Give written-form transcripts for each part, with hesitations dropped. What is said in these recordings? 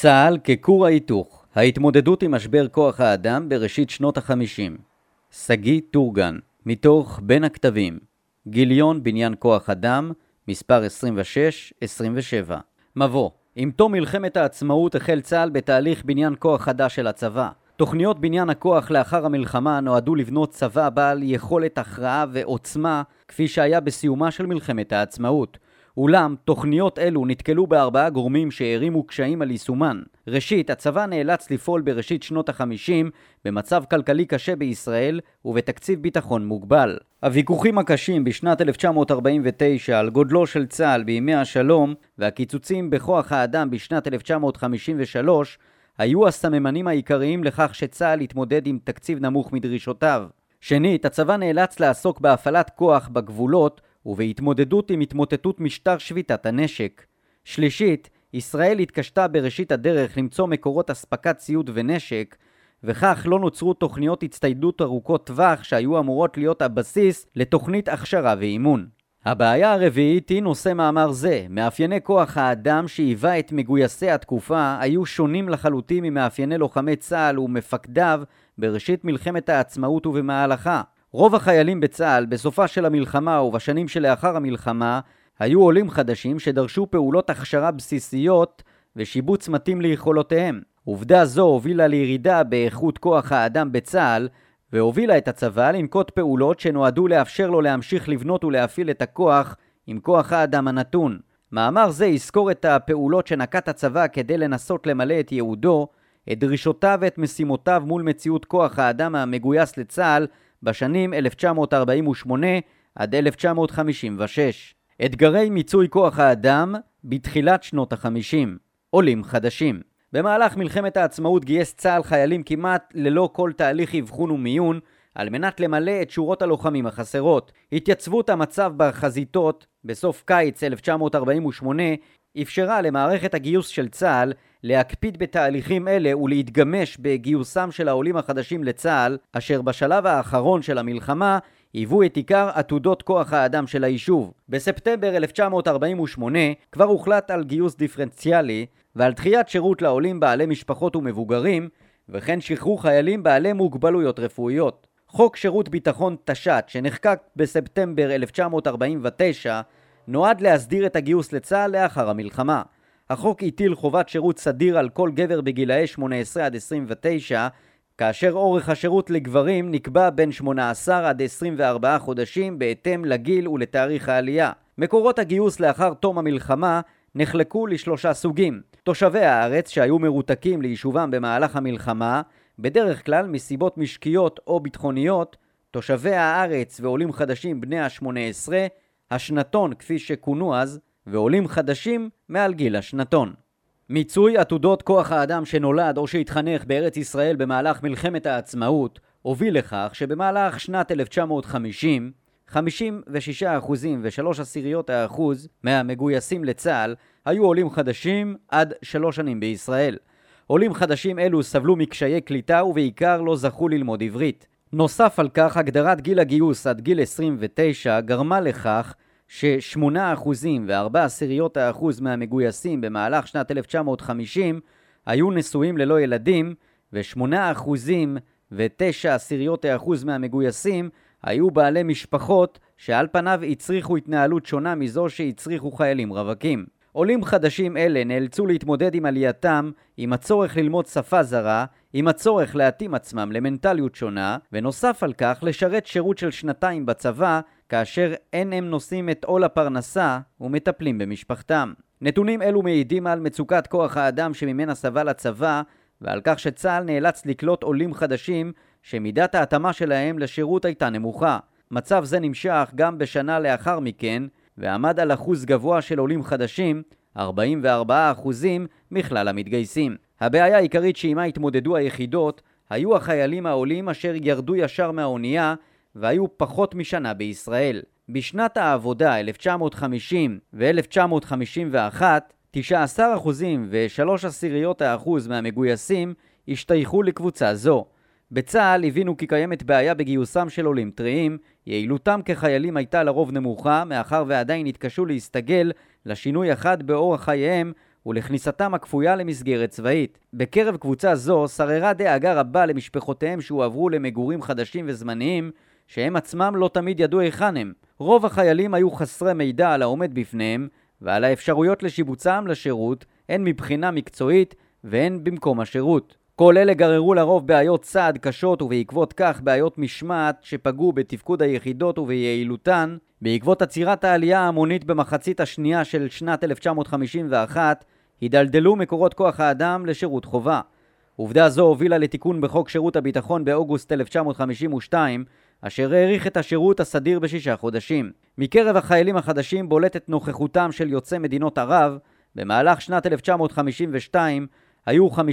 צה"ל ככור ההיתוך, ההתמודדות עם משבר כוח האדם בראשית שנות ה-50. סגי טורגן, מתוך בין הכתבים, גיליון בניין כוח אדם, מספר 26-27. מבוא, עם תום מלחמת העצמאות החל צה"ל בתהליך בניין כוח חדש של הצבא. תוכניות בניין הכוח לאחר המלחמה נועדו לבנות צבא בעל יכולת הכרעה ועוצמה כפי שהיה בסיומה של מלחמת העצמאות. אולם תוכניות אלו נתקלו בארבעה גורמים שהרימו קשיים על יישומן. ראשית, הצבא נאלץ לפעול בראשית שנות ה-50 במצב כלכלי קשה בישראל ובתקציב ביטחון מוגבל. הוויכוחים הקשים בשנת 1949 על גודלו של צה"ל בימי השלום והקיצוצים בכוח האדם בשנת 1953 היו הסממנים העיקריים לכך שצה"ל התמודד עם תקציב נמוך מדרישותיו. שנית, הצבא נאלץ לעסוק בהפעלת כוח בגבולות ובהתמודדות עם התמוטטות משטר שביתת הנשק. שלישית, ישראל התקשתה בראשית הדרך למצוא מקורות אספקת ציוד ונשק, וכך לא נוצרו תוכניות הצטיידות ארוכות טווח שהיו אמורות להיות הבסיס לתוכנית הכשרה ואימון. הבעיה הרביעית היא נושא מאמר זה. מאפייני כוח האדם שהיווה את מגויסי התקופה היו שונים לחלוטין ממאפייני לוחמי צה"ל ומפקדיו בראשית מלחמת העצמאות ובמהלכה. רוב החיילים בצה"ל בסופה של המלחמה ובשנים שלאחר המלחמה היו עולים חדשים שדרשו פעולות הכשרה בסיסיות ושיבוץ מתאים ליכולותיהם. עובדה זו הובילה לירידה באיכות כוח האדם בצה"ל והובילה את הצבא לנקוט פעולות שנועדו לאפשר לו להמשיך לבנות ולהפעיל את הכוח עם כוח האדם הנתון. מאמר זה יזכור את הפעולות שנקט הצבא כדי לנסות למלא את ייעודו, את דרישותיו ואת משימותיו מול מציאות כוח האדם המגויס לצה"ל בשנים 1948 עד 1956. אתגרי מיצוי כוח האדם בתחילת שנות ה-50. עולים חדשים. במהלך מלחמת העצמאות גייס צה"ל חיילים כמעט ללא כל תהליך אבחון ומיון על מנת למלא את שורות הלוחמים החסרות. התייצבות המצב בחזיתות בסוף קיץ 1948 אפשרה למערכת הגיוס של צה"ל להקפיד בתהליכים אלה ולהתגמש בגיוסם של העולים החדשים לצה"ל, אשר בשלב האחרון של המלחמה היוו את עיקר עתודות כוח האדם של היישוב. בספטמבר 1948 כבר הוחלט על גיוס דיפרנציאלי ועל דחיית שירות לעולים בעלי משפחות ומבוגרים, וכן שחרור חיילים בעלי מוגבלויות רפואיות. חוק שירות ביטחון תש"ט שנחקק בספטמבר 1949 נועד להסדיר את הגיוס לצה"ל לאחר המלחמה. החוק הטיל חובת שירות סדיר על כל גבר בגילאי 18 עד 29, כאשר אורך השירות לגברים נקבע בין 18 עד 24 חודשים בהתאם לגיל ולתאריך העלייה. מקורות הגיוס לאחר תום המלחמה נחלקו לשלושה סוגים. תושבי הארץ שהיו מרותקים ליישובם במהלך המלחמה, בדרך כלל מסיבות משקיות או ביטחוניות, תושבי הארץ ועולים חדשים בני ה-18, השנתון כפי שכונו אז, ועולים חדשים מעל גיל השנתון. מיצוי עתודות כוח האדם שנולד או שהתחנך בארץ ישראל במהלך מלחמת העצמאות הוביל לכך שבמהלך שנת 1950 56% ו3% מהמגויסים לצה"ל היו עולים חדשים עד 3 שנים בישראל. עולים חדשים אלו סבלו מקשיי קליטה ובעיקר לא זכו ללמוד עברית. נוסף על כך, הגדרת גיל הגיוס עד גיל 29 גרמה לכך ש8% ו4% מהמגויסים במהלך שנת 1950 היו נשואים ללא ילדים, ו8% ו9% מהמגויסים היו בעלי משפחות שעל פניו הצריכו התנהלות שונה מזו שהצריכו חיילים רווקים. עולים חדשים אלה נאלצו להתמודד עם עלייתם, עם הצורך ללמוד שפה זרה, עם הצורך להתאים עצמם למנטליות שונה, ונוסף על כך לשרת שירות של 2 בצבא, כאשר אין הם נושאים את עול הפרנסה ומטפלים במשפחתם. נתונים אלו מעידים על מצוקת כוח האדם שממנה סבל הצבא, ועל כך שצה"ל נאלץ לקלוט עולים חדשים שמידת ההתאמה שלהם לשירות הייתה נמוכה. מצב זה נמשך גם בשנה לאחר מכן, ועמד על אחוז גבוה של עולים חדשים, 44% מכלל המתגייסים. הבעיה העיקרית שעימה התמודדו היחידות היו החיילים העולים אשר ירדו ישר מהאונייה והיו פחות משנה בישראל. בשנת העבודה 1950 ו-1951, 19% ו3% מהמגויסים השתייכו לקבוצה זו. בצה"ל הבינו כי קיימת בעיה בגיוסם של עולים טריים, יעילותם כחיילים הייתה לרוב נמוכה, מאחר ועדיין התקשו להסתגל לשינוי אחד באורח חייהם ולכניסתם הכפויה למסגרת צבאית. בקרב קבוצה זו שררה דאגה רבה למשפחותיהם שהועברו למגורים חדשים וזמניים, שהם עצמם לא תמיד ידעו היכן הם. רוב החיילים היו חסרי מידע על העומד בפניהם ועל האפשרויות לשיבוצם לשירות, הן מבחינה מקצועית והן במקום השירות. כל אלה גררו לרוב בעיות צעד קשות ובעקבות כך בעיות משמעת שפגעו בתפקוד היחידות וביעילותן. בעקבות עצירת העלייה ההמונית במחצית השנייה של שנת 1951 הידלדלו מקורות כוח האדם לשירות חובה. עובדה זו הובילה לתיקון בחוק שירות הביטחון באוגוסט 1952, אשר האריך את השירות הסדיר ב6 חודשים. מקרב החיילים החדשים בולטת נוכחותם של יוצאי מדינות ערב. במהלך שנת 1952 היו 51%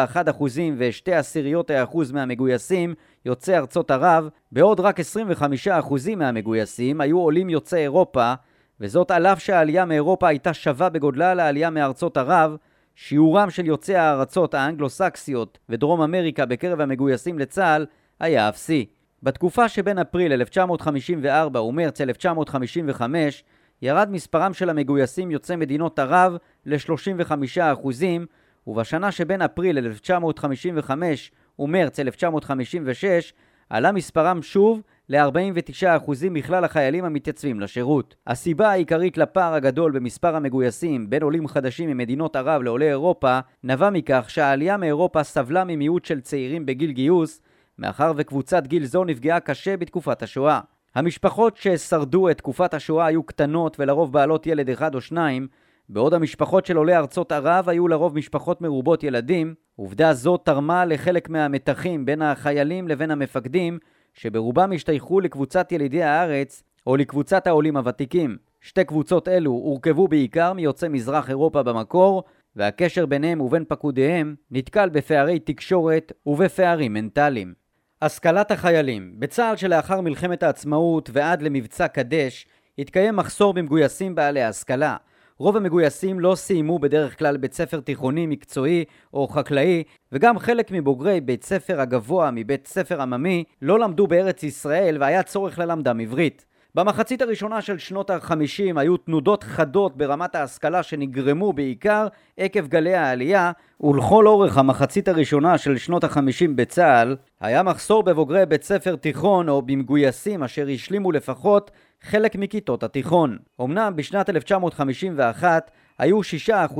ו0.2% מהמגויסים יוצאי ארצות ערב, בעוד רק 25% מהמגויסים היו עולים יוצאי אירופה, וזאת על אף שהעלייה מאירופה הייתה שווה בגודלה לעלייה מארצות ערב. שיעורם של יוצאי הארצות האנגלו-סקסיות ודרום אמריקה בקרב המגויסים לצה"ל היה אפסי. בתקופה שבין אפריל 1954 ומרץ 1955 ירד מספרם של המגויסים יוצאי מדינות ערב ל-35%, ובשנה שבין אפריל 1955 ומרץ 1956 עלה מספרם שוב ל-49% מכלל החיילים המתייצבים לשירות. הסיבה העיקרית לפער הגדול במספר המגויסים בין עולים חדשים ממדינות ערב לעולי אירופה נבע מכך שהעלייה מאירופה סבלה ממיעוט של צעירים בגיל גיוס, מאחר וקבוצת גיל זו נפגעה קשה בתקופת השואה. המשפחות ששרדו את תקופת השואה היו קטנות ולרוב בעלות ילד אחד או שניים, בעוד המשפחות של עולי ארצות ערב היו לרוב משפחות מרובות ילדים. עובדה זו תרמה לחלק מהמתחים בין החיילים לבין המפקדים, שברובם השתייכו לקבוצת ילידי הארץ או לקבוצת העולים הוותיקים. שתי קבוצות אלו הורכבו בעיקר מיוצאי מזרח אירופה במקור, והקשר ביניהם ובין פקודיהם נתקל בפערי תקשורת ובפערים מנטליים. השכלת החיילים. בצה"ל שלאחר מלחמת העצמאות ועד למבצע קדש התקיים מחסור במגויסים בעלי השכלה. רוב המגויסים לא סיימו בדרך כלל בית ספר תיכוני מקצועי או חקלאי, וגם חלק מבוגרי בית ספר הגבוה מבית ספר עממי לא למדו בארץ ישראל והיה צורך ללמדם עברית. במחצית הראשונה של שנות ה-50 היו תנודות חדות ברמת ההשכלה שנגרמו בעיקר עקב גלי העלייה, ולכל אורך המחצית הראשונה של שנות ה-50 בצה"ל היה מחסור בבוגרי בית ספר תיכון או במגויסים אשר השלימו לפחות חלק מכיתות התיכון. אמנם בשנת 1951 היו 6.5%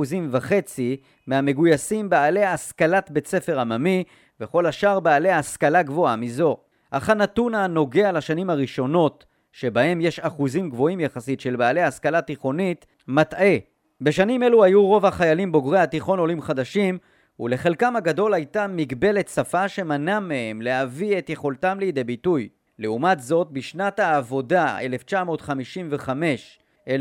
מהמגויסים בעלי השכלת בית ספר עממי, וכל השאר בעלי השכלה גבוהה מזו. אך הנתון הנוגע לשנים הראשונות, שבהם יש אחוזים גבוהים יחסית של בעלי השכלה תיכונית, מטעה. בשנים אלו היו רוב החיילים בוגרי התיכון עולים חדשים, ולחלקם הגדול הייתה מגבלת שפה שמנע מהם להביא את יכולתם לידי ביטוי. לעומת זאת, בשנת העבודה 1955-1956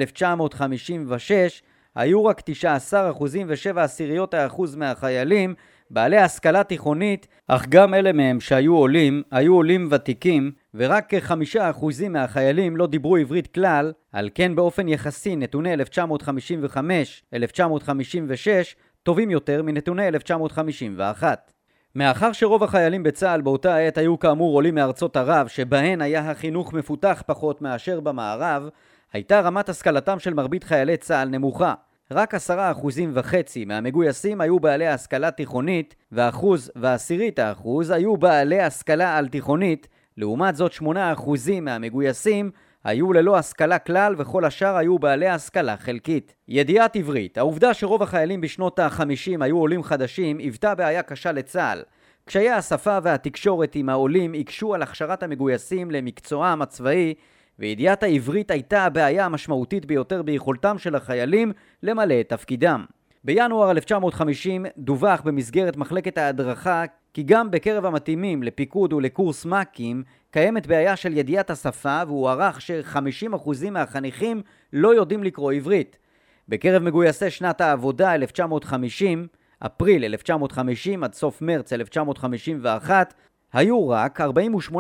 היו רק 19.7% מהחיילים בעלי השכלה תיכונית, אך גם אלה מהם שהיו עולים, היו עולים ותיקים, ורק כ5% מהחיילים לא דיברו עברית כלל. על כן באופן יחסי נתוני 1955-1956 טובים יותר מנתוני 1951. מאחר שרוב החיילים בצה"ל באותה עת היו כאמור עולים מארצות ערב, שבהן היה החינוך מפותח פחות מאשר במערב, הייתה רמת השכלתם של מרבית חיילי צה"ל נמוכה. רק 10.5% מהמגויסים היו בעלי השכלה תיכונית, ו1.1% היו בעלי השכלה על תיכונית. לעומת זאת 8% מהמגויסים היו ללא השכלה כלל, וכל השאר היו בעלי השכלה חלקית. ידיעת עברית. העובדה שרוב החיילים בשנות ה-50 היו עולים חדשים היוותה בעיה קשה לצה"ל. קשיי השפה והתקשורת עם העולים הקשו על הכשרת המגויסים למקצועם הצבאי, וידיעת העברית הייתה הבעיה המשמעותית ביותר ביכולתם של החיילים למלא את תפקידם. בינואר 1950 דווח במסגרת מחלקת ההדרכה כי גם בקרב המתאימים לפיקוד ולקורס מ"כים קיימת בעיה של ידיעת השפה, והוא ערך ש50% מהחניכים לא יודעים לקרוא עברית. בקרב מגויסי שנת העבודה 1950, אפריל 1950 עד סוף מרץ 1951, היו רק 48.6%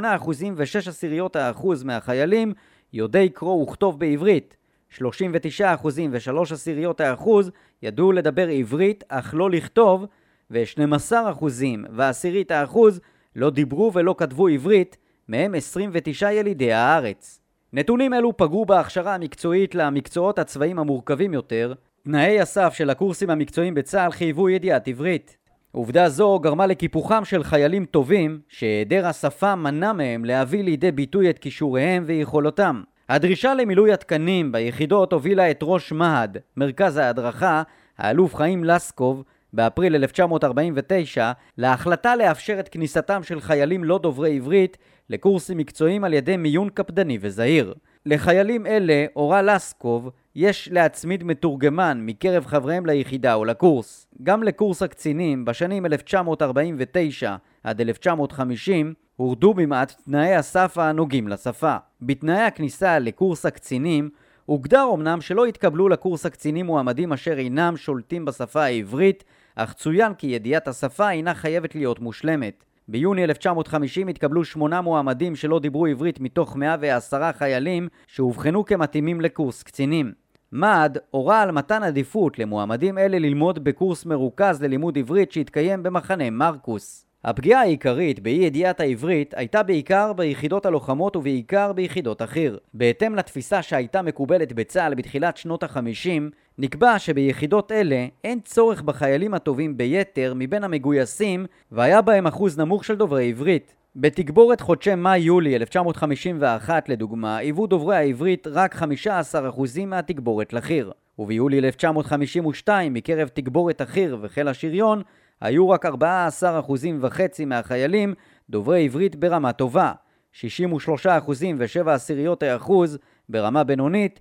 מהחיילים יודעי קרוא וכתוב בעברית. 39.3% ידעו לדבר עברית אך לא לכתוב, ו12.1% לא דיברו ולא כתבו עברית, מהם 29 ילידי הארץ. נתונים אלו פגעו בהכשרה המקצועית למקצועות הצבאיים המורכבים יותר, תנאי הסף של הקורסים המקצועיים בצה"ל חייבו ידיעת עברית. עובדה זו גרמה לקיפוחם של חיילים טובים, שהיעדר השפה מנע מהם להביא לידי ביטוי את כישוריהם ויכולותם. הדרישה למילוי התקנים ביחידות הובילה את ראש מהד, מרכז ההדרכה, האלוף חיים לסקוב, באפריל 1949, להחלטה לאפשר את כניסתם של חיילים לא דוברי עברית לקורסים מקצועיים על ידי מיון קפדני וזהיר. לחיילים אלה הורה לסקוב יש להצמיד מתורגמן מקרב חבריהם ליחידה או לקורס. גם לקורס הקצינים בשנים 1949 עד 1950 הורדו במעט תנאי הסף הנוגעים לשפה. בתנאי הכניסה לקורס הקצינים הוגדר אמנם שלא התקבלו לקורס הקצינים מועמדים אשר אינם שולטים בשפה העברית, אך צוין כי ידיעת השפה אינה חייבת להיות מושלמת. ביוני 1950 התקבלו 8 מועמדים שלא דיברו עברית מתוך 110 חיילים שהובחנו כמתאימים לקורס קצינים. מהד הורה על מתן עדיפות למועמדים אלה ללמוד בקורס מרוכז ללימוד עברית שהתקיים במחנה מרקוס. הפגיעה העיקרית באי ידיעת העברית הייתה בעיקר ביחידות הלוחמות ובעיקר ביחידות החי"ר. בהתאם לתפיסה שהייתה מקובלת בצה"ל בתחילת שנות ה-50, נקבע שביחידות אלה אין צורך בחיילים הטובים ביתר מבין המגויסים, והיה בהם אחוז נמוך של דוברי עברית. בתגבורת חודשי מאי-יולי 1951 לדוגמה, היוו דוברי העברית רק 15% מהתגבורת לחי"ר, וביולי 1952 מקרב תגבורת החי"ר וחיל השריון היו רק 14.5% מהחיילים דוברי עברית ברמה טובה, 63.7% ברמה בינונית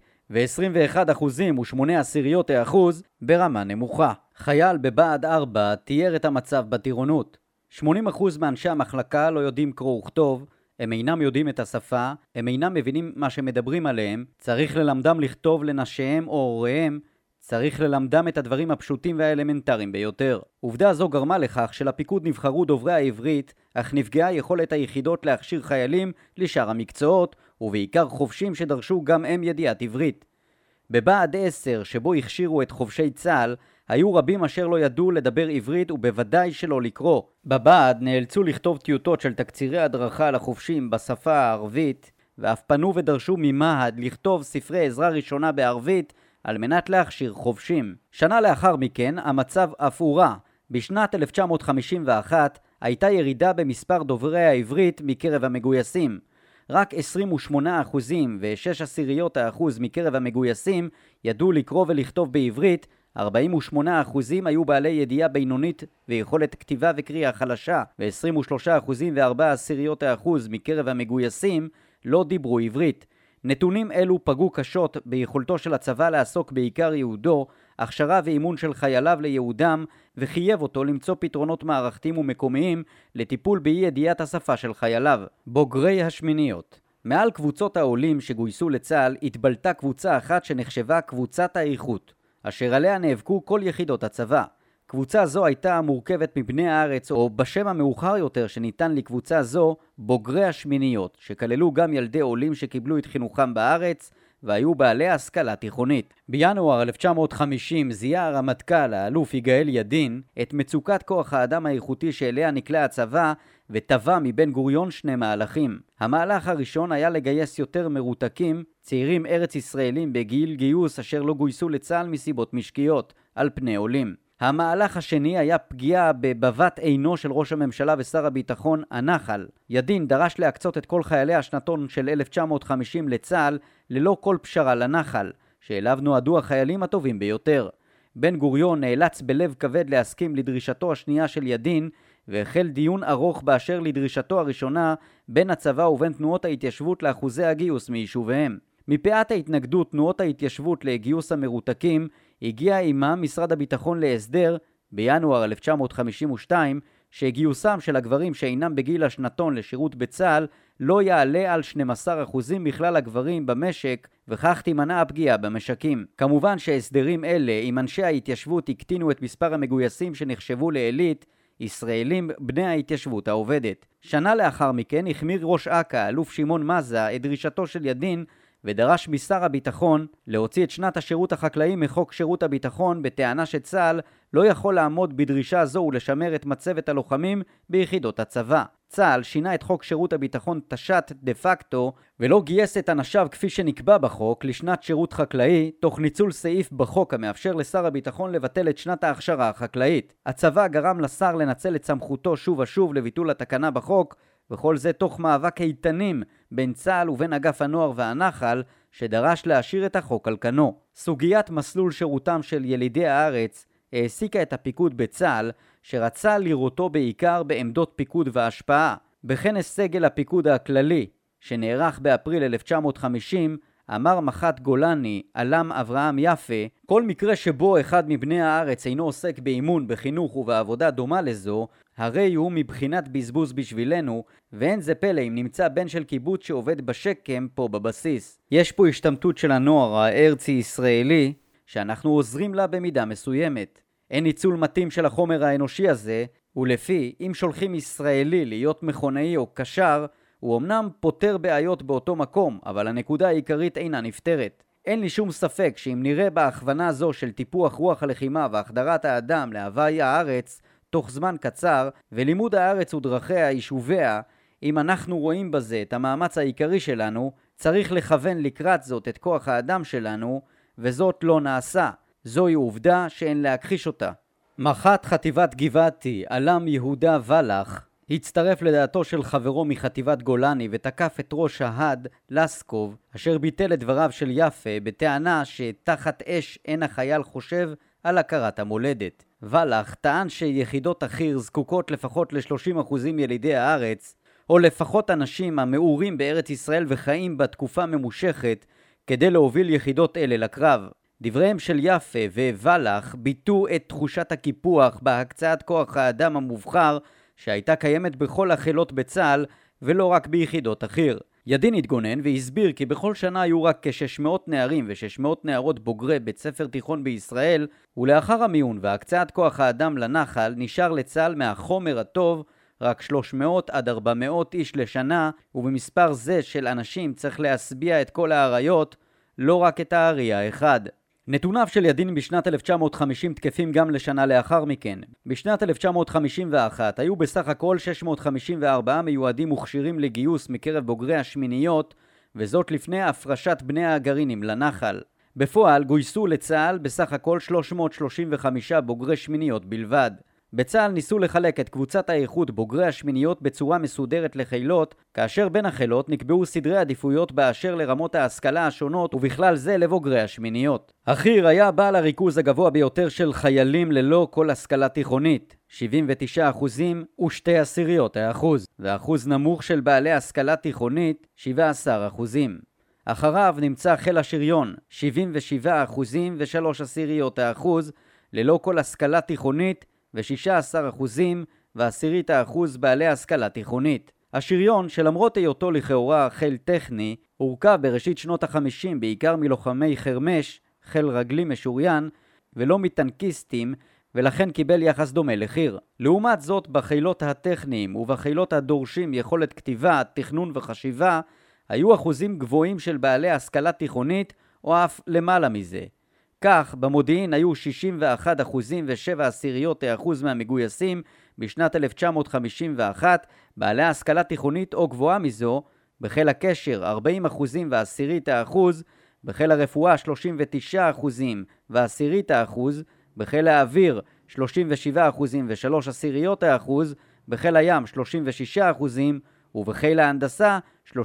ו21.8% ברמה נמוכה. חייל בבה"ד 4 תיאר את המצב בטירונות. 80% מאנשי המחלקה לא יודעים קרוא וכתוב, הם אינם יודעים את השפה, הם אינם מבינים מה שמדברים עליהם, צריך ללמדם לכתוב לנשיהם או הוריהם, צריך ללמדם את הדברים הפשוטים והאלמנטריים ביותר. עובדה זו גרמה לכך שלפיקוד נבחרו דוברי העברית, אך נפגעה יכולת היחידות להכשיר חיילים לשאר המקצועות, ובעיקר חובשים שדרשו גם הם ידיעת עברית. בבה"ד 10, שבו הכשירו את חובשי צה"ל, היו רבים אשר לא ידעו לדבר עברית ובוודאי שלא לקרוא. בבה"ד נאלצו לכתוב טיוטות של תקצירי הדרכה לחובשים בשפה הערבית, ואף פנו ודרשו ממה"ד לכתוב ספרי עזרה ראשונה בערבית, על מנת להכשיר חובשים. שנה לאחר מכן המצב אף הורע. בשנת 1951 הייתה ירידה במספר דוברי העברית מקרב המגויסים. רק 28.6% מקרב המגויסים ידעו לקרוא ולכתוב בעברית, 48% היו בעלי ידיעה בינונית ויכולת כתיבה וקריאה חלשה, ו-23.4% מקרב המגויסים לא דיברו עברית. נתונים אלו פגעו קשות ביכולתו של הצבא לעסוק בעיקר ייעודו, הכשרה ואימון של חייליו לייעודם, וחייב אותו למצוא פתרונות מערכתיים ומקומיים לטיפול באי ידיעת השפה של חייליו. בוגרי השמיניות. מעל קבוצות העולים שגויסו לצה"ל התבלטה קבוצה אחת שנחשבה קבוצת האיכות, אשר עליה נאבקו כל יחידות הצבא. קבוצה זו הייתה מורכבת מבני הארץ, או בשם המאוחר יותר שניתן לקבוצה זו, בוגרי השמיניות, שכללו גם ילדי עולים שקיבלו את חינוכם בארץ, והיו בעלי השכלה תיכונית. בינואר 1950 זיהה הרמטכ"ל, האלוף יגאל ידין, את מצוקת כוח האדם האיכותי שאליה נקלע הצבא, וטבע מבן גוריון 2 מהלכים. המהלך הראשון היה לגייס יותר מרותקים, צעירים ארץ ישראלים בגיל גיוס אשר לא גויסו לצה"ל מסיבות משקיות, על פני עולים. המהלך השני היה פגיעה בבבת עינו של ראש הממשלה ושר הביטחון הנחל. ידין דרש להקצות את כל חיילי השנתון של 1950 לצה"ל ללא כל פשרה לנחל, שאליו נועדו החיילים הטובים ביותר. בן גוריון נאלץ בלב כבד להסכים לדרישתו השנייה של ידין, והחל דיון ארוך באשר לדרישתו הראשונה בין הצבא ובין תנועות ההתיישבות לאחוזי הגיוס מיישוביהם. מפאת ההתנגדות תנועות ההתיישבות לגיוס המרותקים, הגיע עימם משרד הביטחון להסדר בינואר 1952 שגיוסם של הגברים שאינם בגיל השנתון לשירות בצה"ל לא יעלה על 12% מכלל הגברים במשק, וכך תימנע הפגיעה במשקים. כמובן שהסדרים אלה עם אנשי ההתיישבות הקטינו את מספר המגויסים שנחשבו לאליט, ישראלים בני ההתיישבות העובדת. שנה לאחר מכן החמיר ראש אכ"א, אלוף שמעון מזה, את דרישתו של ידין, ודרש משר הביטחון להוציא את שנת השירות החקלאי מחוק שירות הביטחון בטענה שצה"ל לא יכול לעמוד בדרישה זו ולשמר את מצבת הלוחמים ביחידות הצבא. צה"ל שינה את חוק שירות הביטחון תש"ת דה פקטו ולא גייס את אנשיו כפי שנקבע בחוק לשנת שירות חקלאי תוך ניצול סעיף בחוק המאפשר לשר הביטחון לבטל את שנת ההכשרה החקלאית. הצבא גרם לשר לנצל את סמכותו שוב ושוב לביטול התקנה בחוק, וכל זה תוך מאבק איתנים בין צה"ל ובין אגף הנוער והנחל שדרש להשאיר את החוק על כנו. סוגיית מסלול שירותם של ילידי הארץ העסיקה את הפיקוד בצה"ל שרצה לראותו בעיקר בעמדות פיקוד והשפעה. בכנס סגל הפיקוד הכללי שנערך באפריל 1950 אמר מח"ט גולני אלם אברהם יפה, כל מקרה שבו אחד מבני הארץ אינו עוסק באימון, בחינוך ובעבודה דומה לזו, הרי הוא מבחינת בזבוז בשבילנו, ואין זה פלא אם נמצא בן של קיבוץ שעובד בשקם פה בבסיס. יש פה השתמטות של הנוער הארצי ישראלי שאנחנו עוזרים לה במידה מסוימת. אין ניצול מתאים של החומר האנושי הזה, ולפי אם שולחים ישראלי להיות מכונאי או קשר, הוא אמנם פותר בעיות באותו מקום, אבל הנקודה העיקרית אינה נפתרת. אין לי שום ספק שאם נראה בהכוונה זו של טיפוח רוח הלחימה והחדרת האדם להווי הארץ תוך זמן קצר, ולימוד הארץ ודרכיה יישוביה, אם אנחנו רואים בזה את המאמץ העיקרי שלנו, צריך לכוון לקראת זאת את כוח האדם שלנו, וזאת לא נעשה. זוהי עובדה שאין להכחיש אותה. מח"ט חטיבת גבעתי, אלם יהודה ולח, הצטרף לדעתו של חברו מחטיבת גולני ותקף את ראש ההד לסקוב, אשר ביטל את דבריו של יפה בטענה שתחת אש אין החייל חושב על הכרת המולדת. ולח טען שיחידות החי"ר זקוקות לפחות ל-30% ילידי הארץ, או לפחות אנשים המאורים בארץ ישראל וחיים בתקופה ממושכת, כדי להוביל יחידות אלה לקרב. דבריהם של יפה וולח ביטאו את תחושת הקיפוח בהקצאת כוח האדם המובחר שהייתה קיימת בכל החילות בצה"ל ולא רק ביחידות החי"ר. ידין התגונן והסביר כי בכל שנה היו רק כ-600 נערים ו-600 נערות בוגרי בית ספר תיכון בישראל, ולאחר המיון והקצאת כוח האדם לנחל נשאר לצה"ל מהחומר הטוב רק 300 עד 400 איש לשנה, ובמספר זה של אנשים צריך להסביע את כל האריות, לא רק את הארי האחד. נתוניו של ידין בשנת 1950 תקפים גם לשנה לאחר מכן. בשנת 1951 היו בסך הכל 654 מיועדים מוכשרים לגיוס מקרב בוגרי השמיניות, וזאת לפני הפרשת בני הגרעינים לנחל. בפועל גויסו לצה"ל בסך הכל 335 בוגרי שמיניות בלבד. בצה"ל ניסו לחלק את קבוצת האיכות בוגרי השמיניות בצורה מסודרת לחילות, כאשר בין החילות נקבעו סדרי עדיפויות באשר לרמות ההשכלה השונות, ובכלל זה לבוגרי השמיניות. החי"ר היה בעל הריכוז הגבוה ביותר של חיילים ללא כל השכלה תיכונית, 79% ו0.2%, ואחוז נמוך של בעלי השכלה תיכונית, 17%. אחריו נמצא חיל השריון, 77% ו3% ללא כל השכלה תיכונית, ו16% ו10% בעלי השכלה תיכונית. השריון, שלמרות היותו לכאורה חיל טכני, הורכב בראשית שנות ה-50 בעיקר מלוחמי חרמש, חיל רגלי משוריין, ולא מטנקיסטים, ולכן קיבל יחס דומה לחי"ר. לעומת זאת, בחילות הטכניים ובחילות הדורשים יכולת כתיבה, תכנון וחשיבה, היו אחוזים גבוהים של בעלי השכלה תיכונית, או אף למעלה מזה. כך, במודיעין היו 61% ו7% מהמגויסים בשנת 1951 בעלי השכלה תיכונית או גבוהה מזו, בחיל הקשר 40% ו10%, בחיל הרפואה 39% ו10%, בחיל האוויר 37% ו3%, בחיל הים 36% ובחיל ההנדסה 35%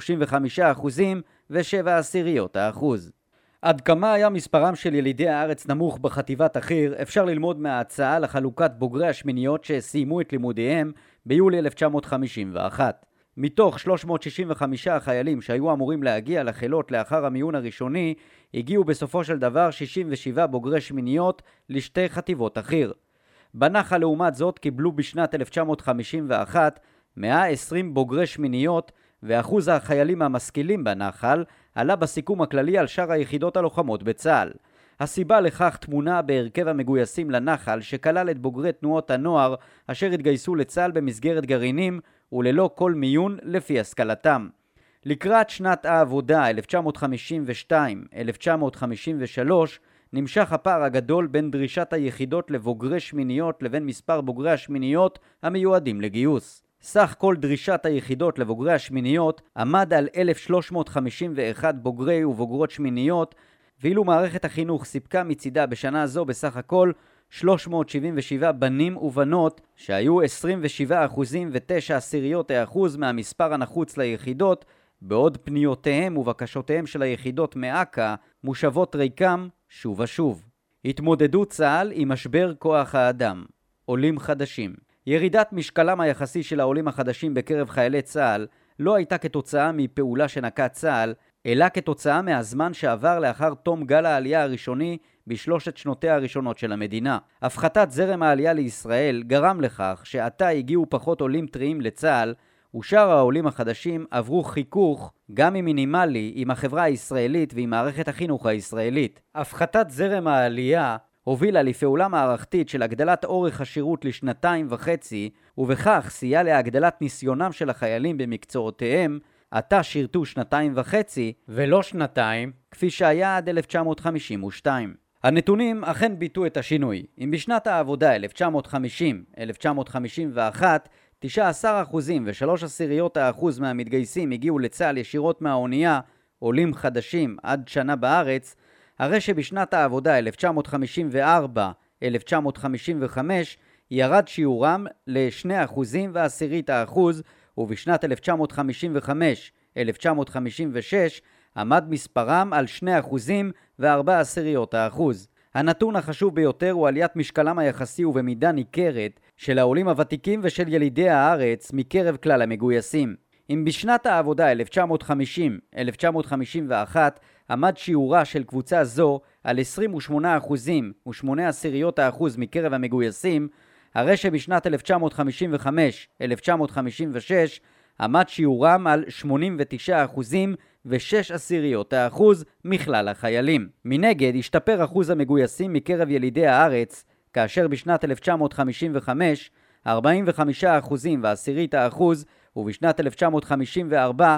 ו7%. עד כמה היה מספרם של ילידי הארץ נמוך בחטיבת החי"ר אפשר ללמוד מההצעה לחלוקת בוגרי השמיניות שסיימו את לימודיהם ביולי 1951. מתוך 365 החיילים שהיו אמורים להגיע לחילות לאחר המיון הראשוני, הגיעו בסופו של דבר 67 בוגרי שמיניות לשתי חטיבות החי"ר. בנחל לעומת זאת קיבלו בשנת 1951 120 בוגרי שמיניות, ואחוז החיילים המשכילים בנחל עלה בסיכום הכללי על שאר היחידות הלוחמות בצה"ל. הסיבה לכך תמונה בהרכב המגויסים לנחל שכלל את בוגרי תנועות הנוער אשר התגייסו לצה"ל במסגרת גרעינים וללא כל מיון לפי השכלתם. לקראת שנת העבודה 1952-1953 נמשך הפער הגדול בין דרישת היחידות לבוגרי שמיניות לבין מספר בוגרי השמיניות המיועדים לגיוס. סך כל דרישת היחידות לבוגרי השמיניות עמד על 1,351 בוגרי ובוגרות שמיניות, ואילו מערכת החינוך סיפקה מצידה בשנה זו בסך הכל 377 בנים ובנות, שהיו 27.9% מהמספר הנחוץ ליחידות, בעוד פניותיהם ובקשותיהם של היחידות מאקה מושבות ריקם שוב ושוב. התמודדות צה"ל עם משבר כוח האדם. עולים חדשים. ירידת משקלם היחסי של העולים החדשים בקרב חיילי צה"ל לא הייתה כתוצאה מפעולה שנקט צה"ל, אלא כתוצאה מהזמן שעבר לאחר תום גל העלייה הראשוני בשלושת שנותיה הראשונות של המדינה. הפחתת זרם העלייה לישראל גרם לכך שעתה הגיעו פחות עולים טריים לצה"ל, ושאר העולים החדשים עברו חיכוך, גם אם מינימלי, עם החברה הישראלית ועם מערכת החינוך הישראלית. הפחתת זרם העלייה הובילה לפעולה מערכתית של הגדלת אורך השירות ל2.5 שנים, ובכך סייע להגדלת ניסיונם של החיילים במקצועותיהם. עתה שירתו 2.5 שנים ולא 2, כפי שהיה עד 1952. הנתונים אכן ביטאו את השינוי. אם בשנת העבודה 1950-1951 19% ו3% מהמתגייסים הגיעו לצה"ל ישירות מהאונייה, עולים חדשים עד שנה בארץ, הרי שבשנת העבודה 1954-1955 ירד שיעורם ל2.1%, ובשנת 1955-1956 עמד מספרם על 2.4%. הנתון החשוב ביותר הוא עליית משקלם היחסי ובמידה ניכרת של העולים הוותיקים ושל ילידי הארץ מקרב כלל המגויסים. אם בשנת העבודה 1950-1951 עמד שיעורה של קבוצה זו על 28.8% מקרב המגויסים, הרי שבשנת 1955-1956 עמד שיעורם על 89.6% מכלל החיילים. מנגד, השתפר אחוז המגויסים מקרב ילידי הארץ, כאשר בשנת 1955 45.1%, ובשנת 1954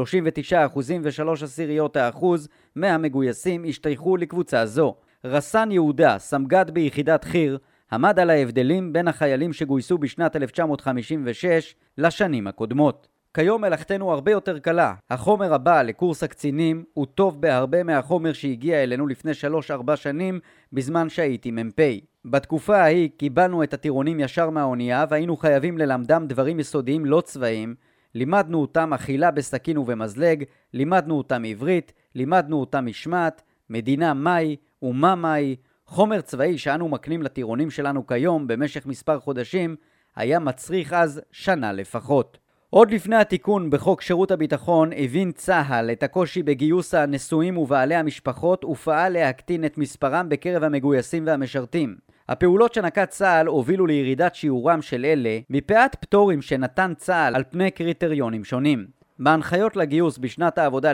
39.3% מהמגויסים השתייכו לקבוצה זו. רס"ן יהודה, סמג"ד ביחידת חי"ר, עמד על ההבדלים בין החיילים שגויסו בשנת 1956 לשנים הקודמות. כיום מלאכתנו הרבה יותר קלה. החומר הבא לקורס הקצינים הוא טוב בהרבה מהחומר שהגיע אלינו לפני 3-4 שנים בזמן שהייתי מ"פ. בתקופה ההיא קיבלנו את הטירונים ישר מהאונייה והיינו חייבים ללמדם דברים יסודיים לא צבאיים. לימדנו אותם אכילה בסכין ובמזלג, לימדנו אותם עברית, לימדנו אותם משמעת, מדינה מהי ומה מהי. חומר צבאי שאנו מקנים לטירונים שלנו כיום במשך מספר חודשים היה מצריך אז שנה לפחות. עוד לפני התיקון בחוק שירות הביטחון הבין צה"ל את הקושי בגיוס הנשואים ובעלי המשפחות ופעל להקטין את מספרם בקרב המגויסים והמשרתים. הפעולות שנקט צה"ל הובילו לירידת שיעורם של אלה מפאת פטורים שנתן צה"ל על פני קריטריונים שונים. בהנחיות לגיוס בשנת העבודה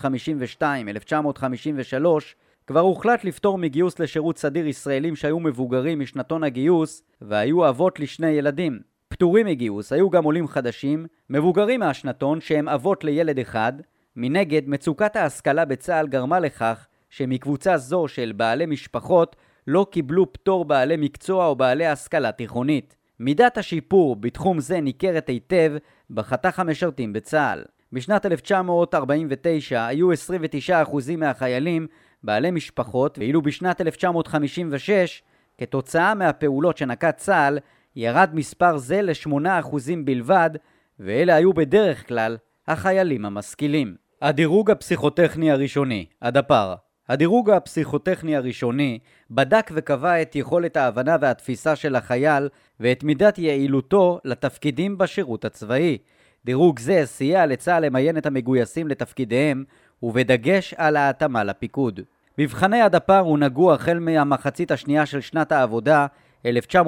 1952-1953 כבר הוחלט לפטור מגיוס לשירות סדיר ישראלים שהיו מבוגרים משנתון הגיוס והיו אבות לשני ילדים. פטורים מגיוס היו גם עולים חדשים, מבוגרים מהשנתון שהם אבות לילד אחד. מנגד, מצוקת ההשכלה בצה"ל גרמה לכך שמקבוצה זו של בעלי משפחות לא קיבלו פטור בעלי מקצוע או בעלי השכלה תיכונית. מידת השיפור בתחום זה ניכרת היטב בחתך המשרתים בצה"ל. בשנת 1949 היו 29% מהחיילים בעלי משפחות, ואילו בשנת 1956, כתוצאה מהפעולות שנקט צה"ל, ירד מספר זה ל8% בלבד, ואלה היו בדרך כלל החיילים המשכילים. הדירוג הפסיכוטכני הראשוני, הדפ"ר. הדירוג הפסיכוטכני הראשוני בדק וקבע את יכולת ההבנה והתפיסה של החייל ואת מידת יעילותו לתפקידים בשירות הצבאי. דירוג זה סייע לצה"ל למיין את המגויסים לתפקידיהם ובדגש על ההתאמה לפיקוד. מבחני הדפ"ר הונהגו החל מהמחצית השנייה של שנת העבודה 1950-1951.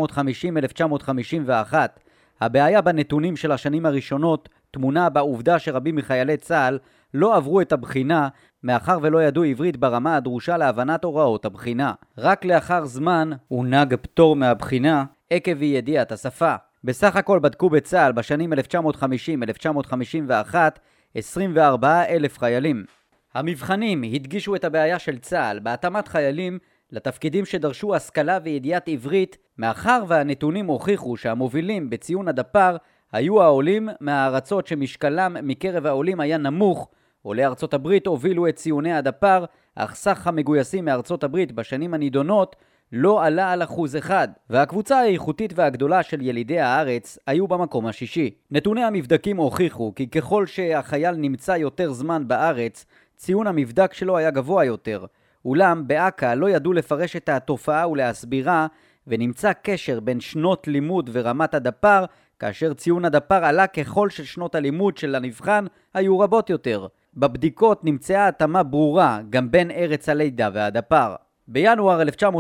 הבעיה בנתונים של השנים הראשונות תמונה בעובדה שרבים מחיילי צה"ל לא עברו את הבחינה מאחר ולא ידעו עברית ברמה הדרושה להבנת הוראות הבחינה. רק לאחר זמן הונהג פטור מהבחינה עקב ידיעת השפה. בסך הכל בדקו בצה"ל בשנים 1950-1951 24,000 חיילים. המבחנים הדגישו את הבעיה של צה"ל בהתאמת חיילים לתפקידים שדרשו השכלה וידיעת עברית, מאחר והנתונים הוכיחו שהמובילים בציון הדפ"ר היו העולים מהארצות שמשקלם מקרב העולים היה נמוך. עולי ארצות הברית הובילו את ציוני הדפ"ר, אך סך המגויסים מארצות הברית בשנים הנידונות לא עלה על 1%, והקבוצה האיכותית והגדולה של ילידי הארץ היו במקום השישי. נתוני המבדקים הוכיחו כי ככל שהחייל נמצא יותר זמן בארץ, ציון המבדק שלו היה גבוה יותר. אולם באק"א לא ידעו לפרש את התופעה ולהסבירה, ונמצא קשר בין שנות לימוד ורמת הדפ"ר, כאשר ציון הדפ"ר עלה ככל ששנות הלימוד של הנבחן היו רבות יותר. בבדיקות נמצאה התאמה ברורה גם בין ארץ הלידה והדפ"ר. בינואר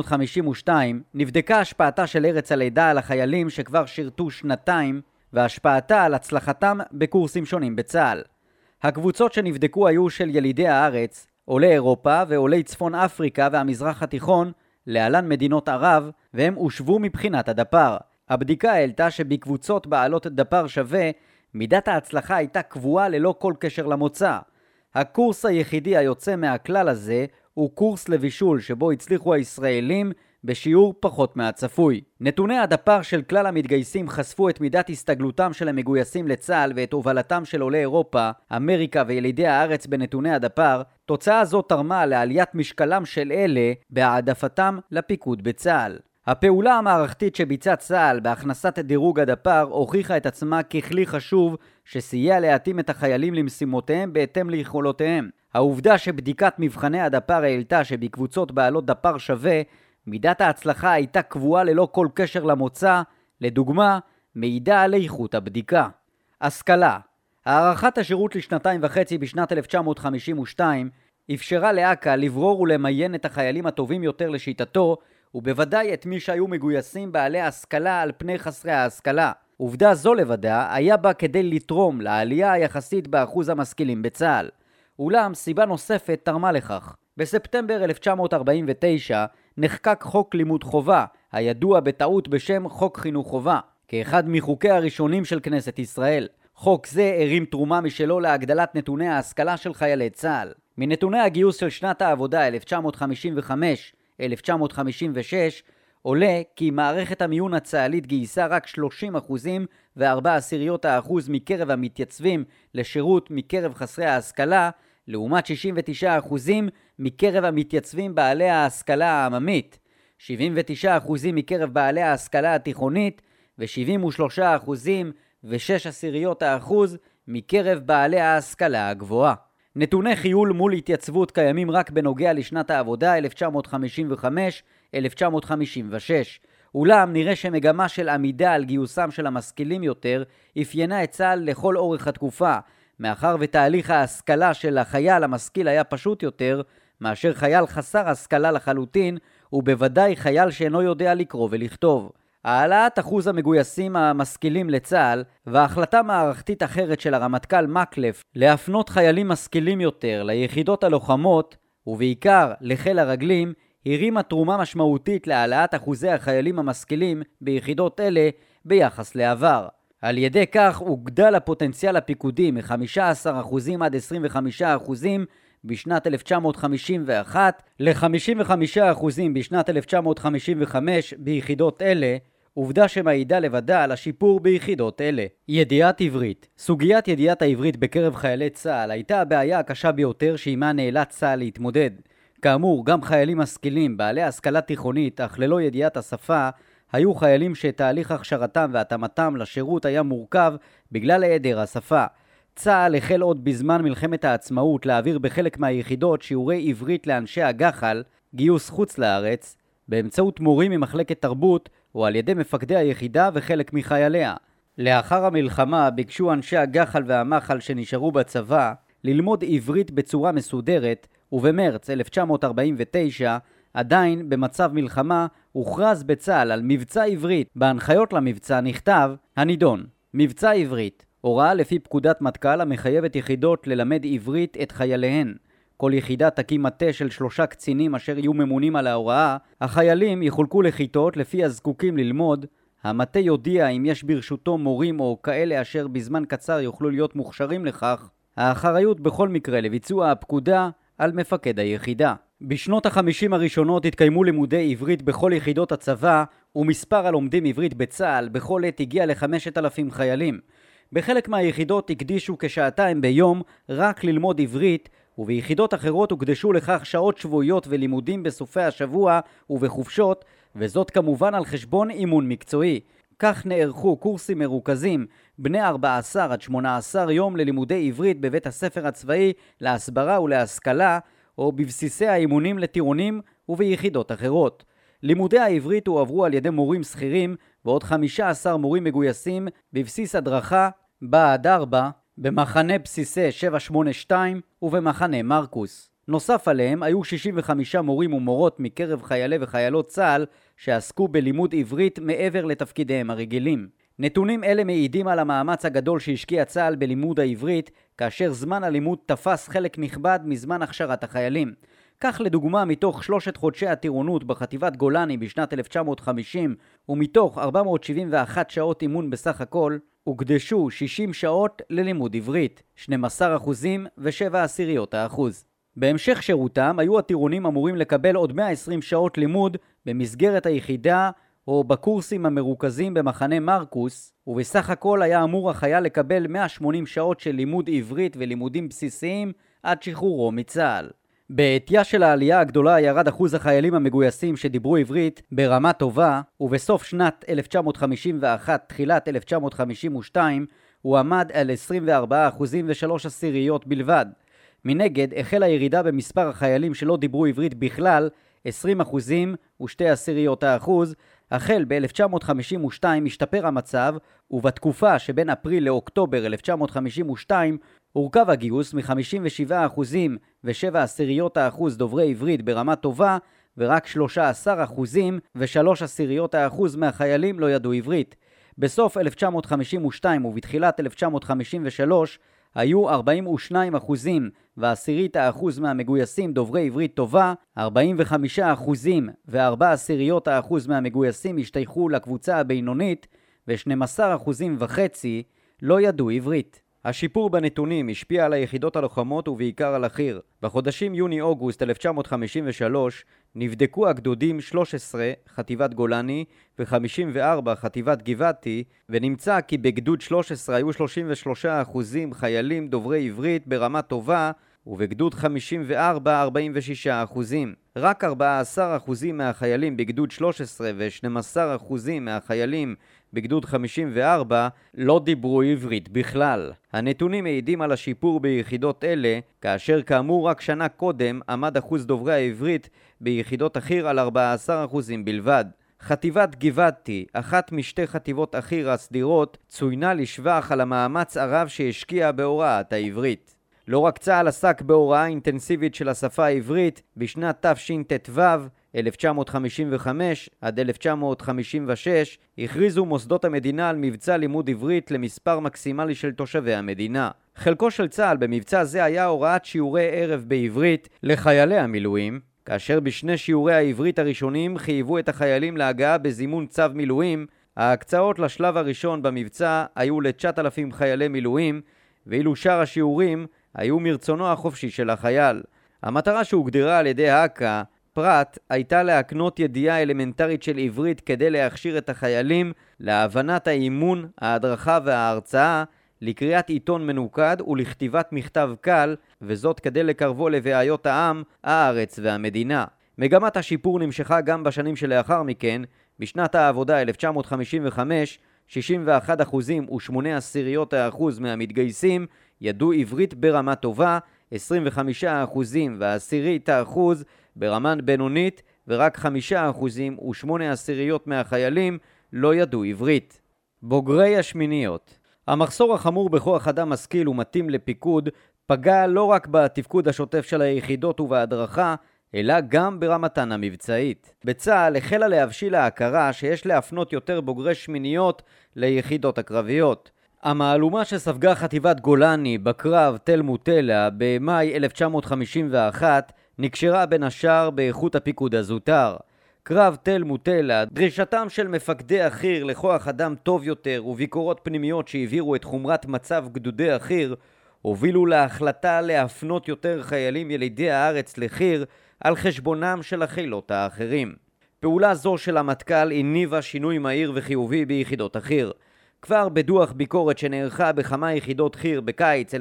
1952 נבדקה השפעתה של ארץ הלידה על החיילים שכבר שירתו שנתיים, והשפעתה על הצלחתם בקורסים שונים בצה"ל. הקבוצות שנבדקו היו של ילידי הארץ, עולי אירופה ועולי צפון אפריקה והמזרח התיכון, להלן מדינות ערב, והם הושבו מבחינת הדפ"ר. הבדיקה העלתה שבקבוצות בעלות דפ"ר שווה, מידת ההצלחה הייתה קבועה ללא כל קשר למוצא. הקורס היחידי היוצא מהכלל הזה הוא קורס לבישול, שבו הצליחו הישראלים בשיעור פחות מהצפוי. נתוני הדפ"ר של כלל המתגייסים חשפו את מידת הסתגלותם של המגויסים לצה"ל ואת הובלתם של עולי אירופה, אמריקה וילידי הארץ בנתוני הדפ"ר. תוצאה זו תרמה לעליית משקלם של אלה בהעדפתם לפיקוד בצה"ל. הפעולה המערכתית שביצע צה"ל בהכנסת דירוג הדפ"ר הוכיחה את עצמה ככלי חשוב שסייע להתאים את החיילים למשימותיהם בהתאם ליכולותיהם. העובדה שבדיקת מבחני הדפ"ר העלתה שבקבוצות בעלות דפ"ר שווה, מידת ההצלחה הייתה קבועה ללא כל קשר למוצא, לדוגמה, מעידה על איכות הבדיקה. השכלה. הארכת השירות לשנתיים וחצי בשנת 1952 אפשרה לאכ"א לברור ולמיין את החיילים הטובים יותר לשיטתו, ובוודאי את מי שהיו מגויסים בעלי השכלה על פני חסרי ההשכלה. עובדה זו לבדה היה בה כדי לתרום לעלייה היחסית באחוז המשכילים בצה"ל. אולם סיבה נוספת תרמה לכך. בספטמבר 1949 נחקק חוק לימוד חובה, הידוע בטעות בשם חוק חינוך חובה, כאחד מחוקי הראשונים של כנסת ישראל. חוק זה הרים תרומה משלו להגדלת נתוני ההשכלה של חיילי צה"ל. מנתוני הגיוס של שנת העבודה 1955-1956 עולה כי מערכת המיון הצה"לית גייסה רק 30.4% מקרב המתייצבים לשירות מקרב חסרי ההשכלה, לעומת 69% מקרב המתייצבים בעלי ההשכלה העממית, 79% מקרב בעלי ההשכלה התיכונית ו73.6% מקרב בעלי ההשכלה הגבוהה. נתוני חיול מול התייצבות קיימים רק בנוגע לשנת העבודה 1955-1956. אולם נראה שמגמה של עמידה על גיוסם של המשכילים יותר אפיינה את צה"ל לכל אורך התקופה, מאחר ותהליך ההשכלה של החייל המשכיל היה פשוט יותר מאשר חייל חסר השכלה לחלוטין, ובוודאי חייל שאינו יודע לקרוא ולכתוב. העלאת אחוז המגויסים המשכילים לצה"ל והחלטה מערכתית אחרת של הרמטכ"ל מקלף להפנות חיילים משכילים יותר ליחידות הלוחמות ובעיקר לחיל הרגלים הרימה תרומה משמעותית להעלאת אחוזי החיילים המשכילים ביחידות אלה ביחס לעבר. על ידי כך הוגדל הפוטנציאל הפיקודי מ-15% עד 25% בשנת 1951 ל-55% בשנת 1955 ביחידות אלה, עובדה שמעידה לבדה על השיפור ביחידות אלה. ידיעת עברית. סוגיית ידיעת העברית בקרב חיילי צה"ל הייתה הבעיה הקשה ביותר שעימה נאלץ צה"ל להתמודד. כאמור, גם חיילים משכילים בעלי השכלה תיכונית אך ללא ידיעת השפה היו חיילים שתהליך הכשרתם והתאמתם לשירות היה מורכב בגלל היעדר השפה. צה"ל החל עוד בזמן מלחמת העצמאות להעביר בחלק מהיחידות שיעורי עברית לאנשי הגח"ל, גיוס חוץ לארץ, באמצעות מורים ממחלקת תרבות או על ידי מפקדי היחידה וחלק מחייליה. לאחר המלחמה ביקשו אנשי הגח"ל והמח"ל שנשארו בצבא ללמוד עברית בצורה מסודרת, ובמרץ 1949 עדיין במצב מלחמה הוכרז בצה"ל על מבצע עברית. בהנחיות למבצע נכתב הנידון: מבצע עברית, הוראה לפי פקודת מטכ"ל המחייבת יחידות ללמד עברית את חייליהן. כל יחידה תקים מטה של 3 קצינים אשר יהיו ממונים על ההוראה. החיילים יחולקו לכיתות לפי הזקוקים ללמוד. המטה יודיע אם יש ברשותו מורים או כאלה אשר בזמן קצר יוכלו להיות מוכשרים לכך. האחריות בכל מקרה לביצוע הפקודה על מפקד היחידה. בשנות ה-50 הראשונות התקיימו לימודי עברית בכל יחידות הצבא, ומספר הלומדים עברית בצה"ל בכל עת הגיע ל-5,000 חיילים. בחלק מהיחידות הקדישו כשעתיים ביום רק ללמוד עברית, וביחידות אחרות הוקדשו לכך שעות שבועיות ולימודים בסופי השבוע ובחופשות, וזאת כמובן על חשבון אימון מקצועי. כך נערכו קורסים מרוכזים בני 14 עד 18 יום ללימודי עברית בבית הספר הצבאי להסברה ולהשכלה, או בבסיסי האימונים לטירונים וביחידות אחרות. לימודי העברית הועברו על ידי מורים שכירים ועוד 15 מורים מגויסים בבסיס הדרכה בה"ד 4, במחנה בסיסי 782 ובמחנה מרקוס. נוסף עליהם היו 65 מורים ומורות מקרב חיילי וחיילות צה"ל שעסקו בלימוד עברית מעבר לתפקידיהם הרגילים. נתונים אלה מעידים על המאמץ הגדול שהשקיע צה"ל בלימוד העברית, כאשר זמן הלימוד תפס חלק נכבד מזמן הכשרת החיילים. כך לדוגמה, מתוך 3 חודשי הטירונות בחטיבת גולני בשנת 1950 ומתוך 471 שעות אימון בסך הכל, הוקדשו 60 שעות ללימוד עברית, 12% ו7/10%. בהמשך שירותם היו הטירונים אמורים לקבל עוד 120 שעות לימוד במסגרת היחידה או בקורסים המרוכזים במחנה מרקוס, ובסך הכל היה אמור החייל לקבל 180 שעות של לימוד עברית ולימודים בסיסיים עד שחרורו מצה"ל. בעטייה של העלייה הגדולה ירד אחוז החיילים המגויסים שדיברו עברית ברמה טובה, ובסוף שנת 1951, תחילת 1952, הוא עמד על 24.3% בלבד. מנגד, החלה ירידה במספר החיילים שלא דיברו עברית בכלל, 20.2%. החל ב-1952 השתפר המצב, ובתקופה שבין אפריל לאוקטובר 1952 הורכב הגיוס מ-57.7% דוברי עברית ברמה טובה, ורק 13.3% מהחיילים לא ידעו עברית. בסוף 1952 ובתחילת 1953 היו 42.1% מהמגויסים דוברי עברית טובה, 45.4% מהמגויסים השתייכו לקבוצה הבינונית, ו12.5% לא ידעו עברית. השיפור בנתונים השפיע על היחידות הלוחמות ובעיקר על החי"ר. בחודשים יוני-אוגוסט 1953 נבדקו הגדודים 13 חטיבת גולני ו-54 חטיבת גבעתי, ונמצא כי בגדוד 13 היו 33% חיילים דוברי עברית ברמה טובה, ובגדוד 54 46%. רק 14% מהחיילים בגדוד 13 ו-12% מהחיילים בגדוד 54 לא דיברו עברית בכלל. הנתונים מעידים על השיפור ביחידות אלה, כאשר כאמור רק שנה קודם עמד אחוז דוברי העברית ביחידות החי"ר על 14% בלבד. חטיבת גבעתי, אחת משתי חטיבות החי"ר הסדירות, צוינה לשבח על המאמץ הרב שהשקיע בהוראת העברית. לא רק צה"ל עסק בהוראה אינטנסיבית של השפה העברית, בשנת תשט"ו 1955 עד 1956 הכריזו מוסדות המדינה על מבצע לימוד עברית למספר מקסימלי של תושבי המדינה. חלקו של צה"ל במבצע זה היה הוראת שיעורי ערב בעברית לחיילי המילואים, כאשר בשני שיעורי העברית הראשונים חייבו את החיילים להגעה בזימון צו מילואים. ההקצאות לשלב הראשון במבצע היו ל-9,000 חיילי מילואים, ואילו שאר השיעורים היו מרצונו החופשי של החייל. המטרה שהוגדרה על ידי האק"א פרט הייתה להקנות ידיעה אלמנטרית של עברית כדי להכשיר את החיילים להבנת האימון, ההדרכה וההרצאה, לקריאת עיתון מנוקד ולכתיבת מכתב קל, וזאת כדי לקרבו לבעיות העם, הארץ והמדינה. מגמת השיפור נמשכה גם בשנים שלאחר מכן. בשנת העבודה 1955 61% ו8/10% מהמתגייסים ידעו עברית ברמה טובה, 25% ו10% ברמה בינונית, ורק 5% ו8/10 מהחיילים לא ידעו עברית. בוגרי השמיניות. המחסור החמור בכוח אדם משכיל ומתאים לפיקוד פגע לא רק בתפקוד השוטף של היחידות ובהדרכה, אלא גם ברמתן המבצעית. בצה"ל החלה להבשיל ההכרה שיש להפנות יותר בוגרי שמיניות ליחידות הקרביות. המהלומה שספגה חטיבת גולני בקרב תל מוטלה במאי 1951 נקשרה בין השאר באיכות הפיקוד הזוטר. קרב תל מוטלה, דרישתם של מפקדי החי"ר לכוח אדם טוב יותר וביקורות פנימיות שהעבירו את חומרת מצב גדודי החי"ר, הובילו להחלטה להפנות יותר חיילים ילידי הארץ לחי"ר על חשבונם של החילות האחרים. פעולה זו של המטכ"ל הניבה שינוי מהיר וחיובי ביחידות החי"ר. כבר בדוח ביקורת שנערכה בכמה יחידות חי"ר בקיץ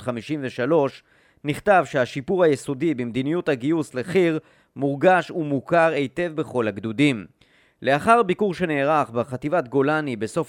1953 נכתב שהשיפור היסודי במדיניות הגיוס לחי"ר מורגש ומוכר היטב בכל הגדודים. לאחר ביקור שנערך בחטיבת גולני בסוף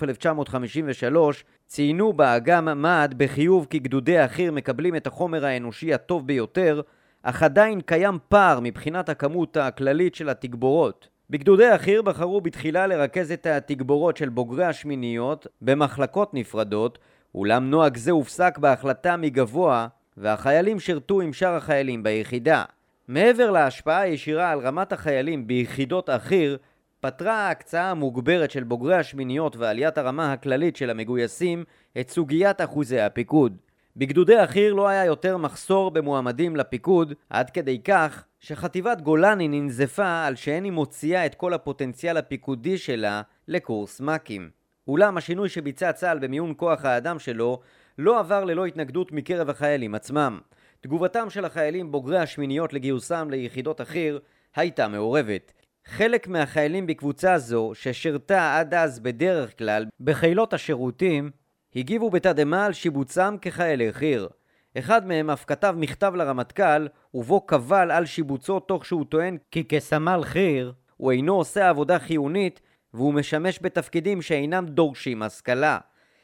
1953 ציינו באג"ם מד בחיוב כי גדודי החי"ר מקבלים את החומר האנושי הטוב ביותר, אך עדיין קיים פער מבחינת הכמות הכללית של התגבורות. בגדודי החי"ר בחרו בתחילה לרכז את התגבורות של בוגרי השמיניות במחלקות נפרדות, אולם נוהג זה הופסק בהחלטה מגבוה והחיילים שירתו עם שאר החיילים ביחידה. מעבר להשפעה הישירה על רמת החיילים ביחידות החי"ר, פתרה ההקצאה המוגברת של בוגרי השמיניות ועליית הרמה הכללית של המגויסים את סוגיית אחוזי הפיקוד. בגדודי החי"ר לא היה יותר מחסור במועמדים לפיקוד, עד כדי כך שחטיבת גולני ננזפה על שאין היא מוציאה את כל הפוטנציאל הפיקודי שלה לקורס מ"כים. אולם השינוי שביצע צה"ל במיון כוח האדם שלו לא עבר ללא התנגדות מקרב החיילים עצמם. תגובתם של החיילים בוגרי השמיניות לגיוסם ליחידות החי"ר הייתה מעורבת. חלק מהחיילים בקבוצה זו, ששירתה עד אז בדרך כלל בחילות השירותים, הגיבו בתדהמה על שיבוצם כחיילי חי"ר. אחד מהם אף כתב מכתב לרמטכ"ל ובו קבל על שיבוצו תוך שהוא טוען כי כסמל חי"ר הוא אינו עושה עבודה חיונית והוא משמש בתפקידים שאינם דורשים השכלה.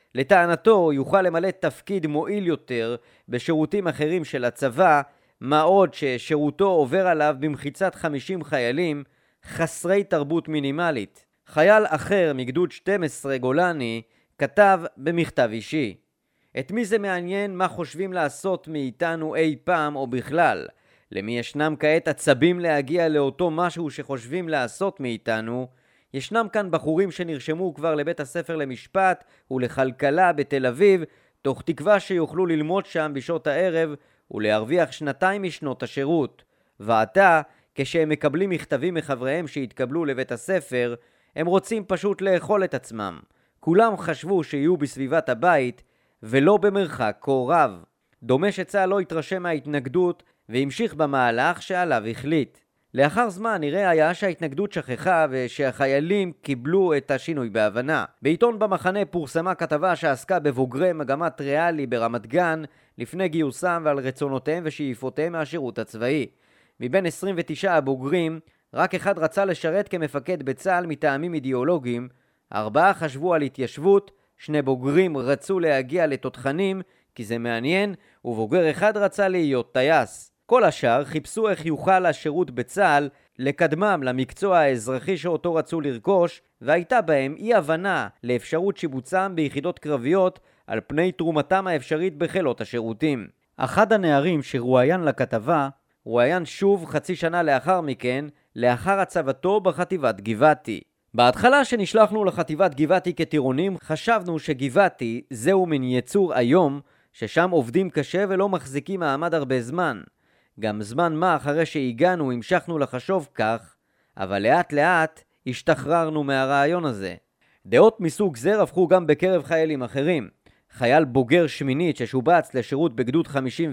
לטענתו יוכל למלא תפקיד מועיל יותר בשירותים אחרים של הצבא, מה עוד ששירותו עובר עליו במחיצת 50 חיילים חסרי תרבות מינימלית. חייל אחר מגדוד 12 גולני כתב במכתב אישי: את מי זה מעניין מה חושבים לעשות מאיתנו אי פעם או בכלל? למי ישנם כעת עצבים להגיע לאותו משהו שחושבים לעשות מאיתנו? ישנם כאן בחורים שנרשמו כבר לבית הספר למשפט ולכלכלה בתל אביב, תוך תקווה שיוכלו ללמוד שם בשעות הערב ולהרוויח 2 משנות השירות. ועתה, כשהם מקבלים מכתבים מחבריהם שהתקבלו לבית הספר, הם רוצים פשוט לאכול את עצמם. כולם חשבו שיהיו בסביבת הבית ולא במרחק כה רב. דומה שצה"ל לא התרשם מההתנגדות והמשיך במהלך שעליו החליט. לאחר זמן נראה היה שההתנגדות שכחה ושהחיילים קיבלו את השינוי בהבנה. בעיתון במחנה פורסמה כתבה שעסקה בבוגרי מגמת ריאלי ברמת גן לפני גיוסם ועל רצונותיהם ושאיפותיהם מהשירות הצבאי. מבין 29 הבוגרים, רק אחד רצה לשרת כמפקד בצה"ל מטעמים אידיאולוגיים, 4 חשבו על התיישבות, 2 בוגרים רצו להגיע לתותחנים כי זה מעניין, ובוגר אחד רצה להיות טייס. כל השאר חיפשו איך יוכל השירות בצה"ל לקדמם למקצוע האזרחי שאותו רצו לרכוש, והייתה בהם אי הבנה לאפשרות שיבוצם ביחידות קרביות על פני תרומתם האפשרית בחילות השירותים. אחד הנערים שרואיין לכתבה רואיין שוב חצי שנה לאחר מכן, לאחר הצבתו בחטיבת גבעתי. בהתחלה שנשלחנו לחטיבת גבעתי כטירונים, חשבנו שגבעתי זהו מן יצור היום, ששם עובדים קשה ולא מחזיקים מעמד הרבה זמן. גם זמן מה אחרי שהגענו המשכנו לחשוב כך, אבל לאט לאט השתחררנו מהרעיון הזה. דעות מסוג זה הפכו גם בקרב חיילים אחרים. חייל בוגר שמינית ששובץ לשירות בגדוד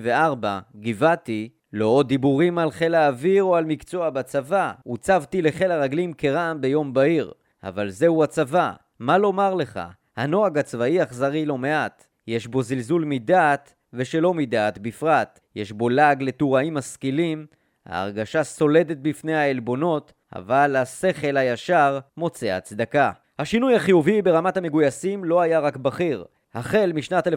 54, גבעתי, לא עוד דיבורים על חיל האוויר או על מקצוע בצבא, הוצבתי לחיל הרגלים כרעם ביום בהיר. אבל זהו הצבא, מה לומר לך? הנוהג הצבאי אכזרי לא מעט. יש בו זלזול מדעת ושלא מדעת בפרט. יש בו לעג לטוראים משכילים, ההרגשה סולדת בפני העלבונות, אבל השכל הישר מוצא הצדקה. השינוי החיובי ברמת המגויסים לא היה רק בחי"ר. החל משנת 1954-1955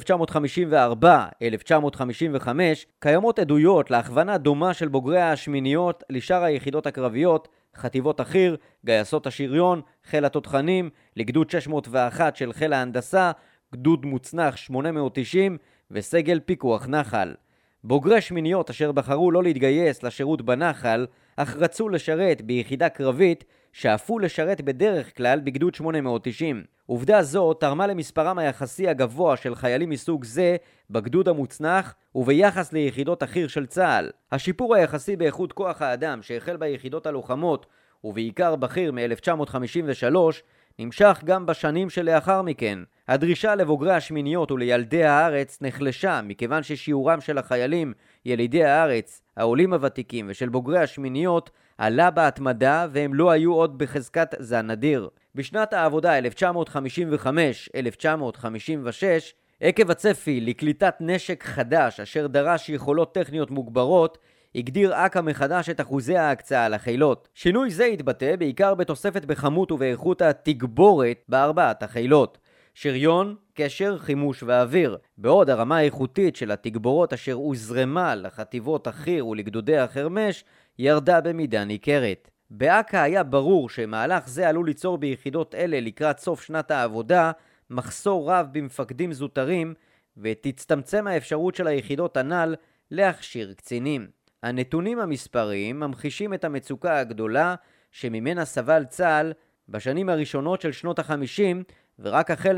קיימות עדויות להכוונה דומה של בוגרי השמיניות לשאר היחידות הקרביות, חטיבות החי"ר, גייסות השריון, חיל התותחנים, לגדוד 601 של חיל ההנדסה, גדוד מוצנח 890 וסגל פיקוח נחל. בוגרי שמיניות אשר בחרו לא להתגייס לשירות בנחל, אך רצו לשרת ביחידה קרבית, שאפו לשרת בדרך כלל בגדוד 890. עובדה זו תרמה למספרם היחסי הגבוה של חיילים מסוג זה בגדוד המוצנח וביחס ליחידות החי"ר של צה"ל. השיפור היחסי באיכות כוח האדם שהחל ביחידות הלוחמות ובעיקר בחי"ר מ-1953 נמשך גם בשנים שלאחר מכן. הדרישה לבוגרי השמיניות ולילדי הארץ נחלשה מכיוון ששיעורם של החיילים ילידי הארץ, העולים הוותיקים ושל בוגרי השמיניות עלה בהתמדה והם לא היו עוד בחזקת זן נדיר. בשנת העבודה 1955-1956, עקב הצפי לקליטת נשק חדש אשר דרש יכולות טכניות מוגברות, הגדיר אכ"א מחדש את אחוזי ההקצאה לחילות. שינוי זה התבטא בעיקר בתוספת בכמות ובאיכות התגבורת בארבעת החילות: שריון, קשר, חימוש ואוויר, בעוד הרמה האיכותית של התגבורות אשר הוזרמה לחטיבות החי"ר ולגדודי החרמש ירדה במידה ניכרת. באכ"א היה ברור שמהלך זה עלול ליצור ביחידות אלה לקראת סוף שנת העבודה מחסור רב במפקדים זוטרים, ותצטמצם האפשרות של היחידות הנ"ל להכשיר קצינים. הנתונים המספריים ממחישים את המצוקה הגדולה שממנה סבל צה"ל בשנים הראשונות של שנות ה-50, ורק החל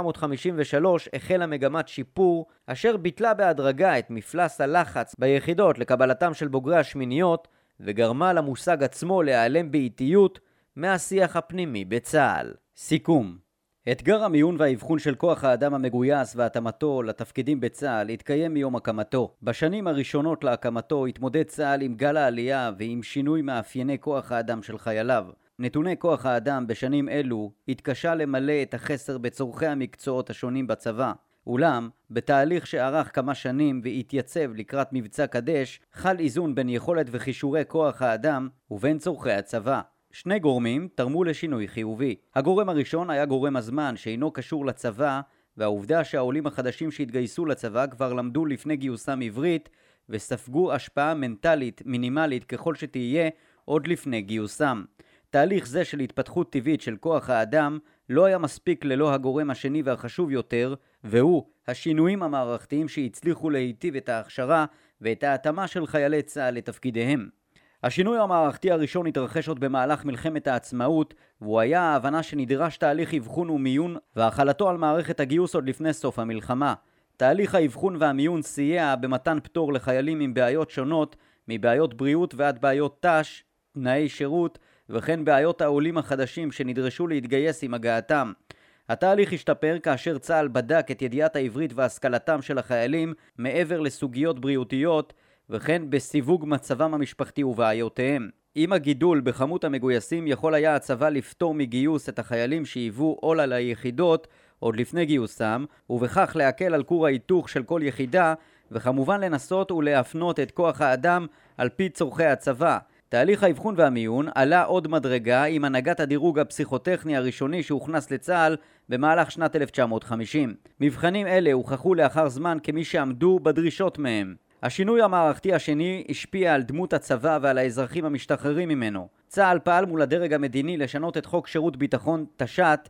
מ-1953 החלה מגמת שיפור אשר ביטלה בהדרגה את מפלס הלחץ ביחידות לקבלתם של בוגרי השמיניות, וגרמה למושג עצמו להיעלם באיטיות מהשיח הפנימי בצה"ל. סיכום: אתגר המיון והאבחון של כוח האדם המגויס והתאמתו לתפקידים בצה"ל התקיים מיום הקמתו. בשנים הראשונות להקמתו התמודד צה"ל עם גל העלייה ועם שינוי מאפייני כוח האדם של חייליו. נתוני כוח האדם בשנים אלו התקשה למלא את החסר בצורכי המקצועות השונים בצבא. אולם, בתהליך שארך כמה שנים והתייצב לקראת מבצע קדש, חל איזון בין יכולת וחישורי כוח האדם ובין צורכי הצבא. שני גורמים תרמו לשינוי חיובי. הגורם הראשון היה גורם הזמן שאינו קשור לצבא, והעובדה שהעולים החדשים שהתגייסו לצבא כבר למדו לפני גיוסם עברית וספגו השפעה מנטלית מינימלית ככל שתהיה עוד לפני גיוסם. תהליך זה של התפתחות טבעית של כוח האדם לא היה מספיק ללא הגורם השני והחשוב יותר, והוא השינויים המערכתיים שהצליחו להיטיב את ההכשרה ואת ההתאמה של חיילי צה"ל לתפקידיהם. השינוי המערכתי הראשון התרחש עוד במהלך מלחמת העצמאות, והוא היה ההבנה שנדרש תהליך אבחון ומיון והחלתו על מערכת הגיוס עוד לפני סוף המלחמה. תהליך האבחון והמיון סייע במתן פטור לחיילים עם בעיות שונות, מבעיות בריאות ועד בעיות ת"ש, תנאי שירות, וכן בעיות העולים החדשים שנדרשו להתגייס עם הגעתם. התהליך השתפר כאשר צה"ל בדק את ידיעת העברית והשכלתם של החיילים מעבר לסוגיות בריאותיות, וכן בסיווג מצבם המשפחתי ובעיותיהם. עם הגידול בכמות המגויסים יכול היה הצבא לפטור מגיוס את החיילים שהיוו עול על היחידות עוד לפני גיוסם, ובכך להקל על כור ההיתוך של כל יחידה, וכמובן לנסות ולהפנות את כוח האדם על פי צורכי הצבא. תהליך האבחון והמיון עלה עוד מדרגה עם הנהגת הדירוג הפסיכוטכני הראשוני שהוכנס לצה"ל במהלך שנת 1950. מבחנים אלה הוכחו לאחר זמן כמי שעמדו בדרישות מהם. השינוי המערכתי השני השפיע על דמות הצבא ועל האזרחים המשתחררים ממנו. צה"ל פעל מול הדרג המדיני לשנות את חוק שירות ביטחון תש"ט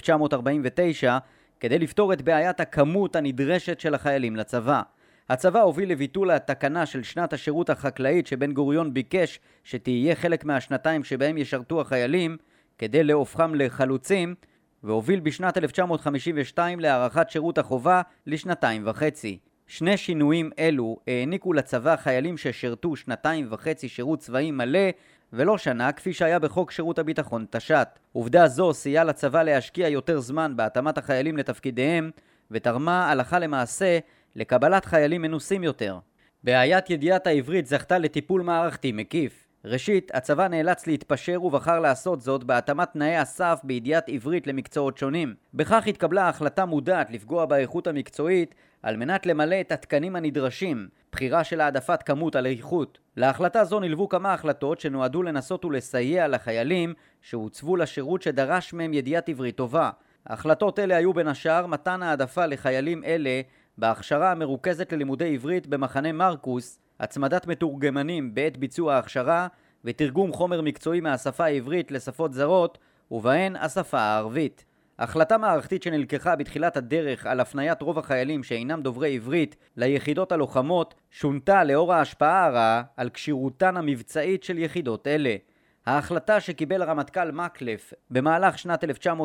1949 כדי לפתור את בעיית הכמות הנדרשת של החיילים לצבא. הצבא הוביל לביטול התקנה של שנת השירות החקלאית שבן גוריון ביקש שתהיה חלק מהשנתיים שבהם ישרתו החיילים כדי להופכם לחלוצים, והוביל בשנת 1952 להארכת שירות החובה לשנתיים וחצי. שני שינויים אלו העניקו לצבא חיילים ששירתו שנתיים וחצי שירות צבאי מלא ולא שנה כפי שהיה בחוק שירות הביטחון תש"ט. עובדה זו סייעה לצבא להשקיע יותר זמן בהתאמת החיילים לתפקידיהם ותרמה הלכה למעשה לקבלת חיילים מנוסים יותר. בעיית ידיעת העברית זכתה לטיפול מערכתי מקיף. ראשית, הצבא נאלץ להתפשר ובחר לעשות זאת בהתאמת תנאי הסף בידיעת עברית למקצועות שונים. בכך התקבלה החלטה מודעת לפגוע באיכות המקצועית על מנת למלא את התקנים הנדרשים, בחירה של העדפת כמות על איכות. להחלטה זו נלוו כמה החלטות שנועדו לנסות ולסייע לחיילים שהוצבו לשירות שדרש מהם ידיעת עברית טובה. ההחלטות אלה היו בין השאר מתן העדפה לחיילים אלה בהכשרה המרוכזת ללימודי עברית במחנה מרקוס, הצמדת מתורגמנים בעת ביצוע ההכשרה ותרגום חומר מקצועי מהשפה העברית לשפות זרות ובהן השפה הערבית. החלטה מערכתית שנלקחה בתחילת הדרך על הפניית רוב החיילים שאינם דוברי עברית ליחידות הלוחמות שונתה לאור ההשפעה הרעה על כשירותן המבצעית של יחידות אלה. ההחלטה שקיבל הרמטכ"ל מקלף במהלך שנת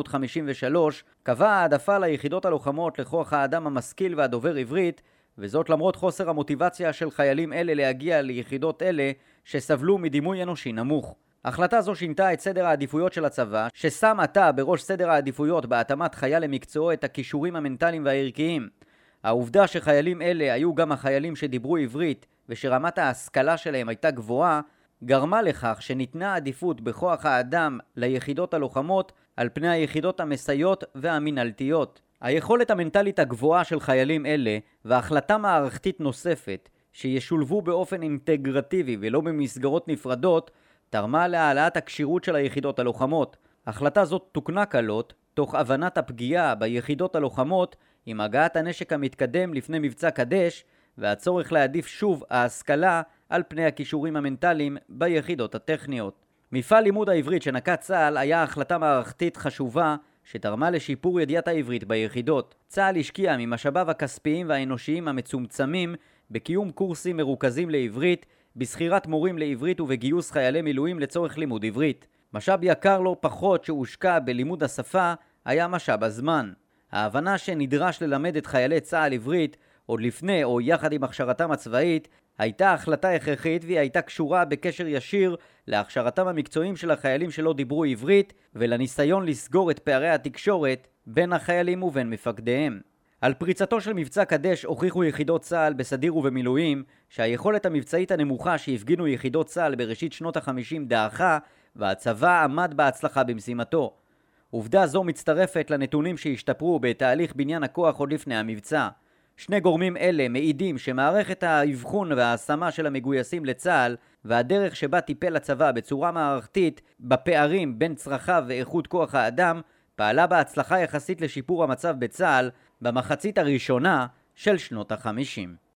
1953 קבעה העדפה ליחידות הלוחמות לכוח האדם המשכיל והדובר עברית, וזאת למרות חוסר המוטיבציה של חיילים אלה להגיע ליחידות אלה שסבלו מדימוי אנושי נמוך. החלטה זו שינתה את סדר העדיפויות של הצבא, ששם עתה בראש סדר העדיפויות בהתאמת חייל למקצועו את הכישורים המנטליים והערכיים. העובדה שחיילים אלה היו גם החיילים שדיברו עברית ושרמת ההשכלה שלהם הייתה גבוהה, גרמה לכך שניתנה עדיפות בכוח האדם ליחידות הלוחמות על פני היחידות המסייעות והמנהלתיות. היכולת המנטלית הגבוהה של חיילים אלה והחלטה מערכתית נוספת שישולבו באופן אינטגרטיבי ולא במסגרות נפרדות תרמה להעלאת הכשירות של היחידות הלוחמות. החלטה זאת תוקנה קלות תוך הבנת הפגיעה ביחידות הלוחמות עם הגעת הנשק המתקדם לפני מבצע קדש והצורך להעדיף שוב ההשכלה על פני הכישורים המנטליים ביחידות הטכניות. מפעל לימוד העברית שנקט צה"ל היה החלטה מערכתית חשובה שתרמה לשיפור ידיעת העברית ביחידות. צה"ל השקיע ממשאביו הכספיים והאנושיים המצומצמים בקיום קורסים מרוכזים לעברית, בסחירת מורים לעברית ובגיוס חיילי מילואים לצורך לימוד עברית. משאב יקר לא פחות שהושקע בלימוד השפה היה משאב הזמן. ההבנה שנדרש ללמד את חיילי צה"ל עברית עוד לפני או יחד עם הכשרתם הצבאית הייתה החלטה הכרחית והיא הייתה קשורה בקשר ישיר להכשרתם המקצועיים של החיילים שלא דיברו עברית ולניסיון לסגור את פערי התקשורת בין החיילים ובין מפקדיהם. על פריצתו של מבצע קדש הוכיחו יחידות צה"ל בסדיר ובמילואים שהיכולת המבצעית הנמוכה שהפגינו יחידות צה"ל בראשית שנות ה-50 דעכה והצבא עמד בהצלחה במשימתו. עובדה זו מצטרפת לנתונים שהשתפרו בתהליך בניין הכוח עוד לפני המבצע. שני גורמים אלה מעידים שמערכת האבחון וההשמה של המגויסים לצה"ל והדרך שבה טיפל הצבא בצורה מערכתית בפערים בין צרכיו ואיכות כוח האדם פעלה בהצלחה יחסית לשיפור המצב בצה"ל במחצית הראשונה של שנות ה-50.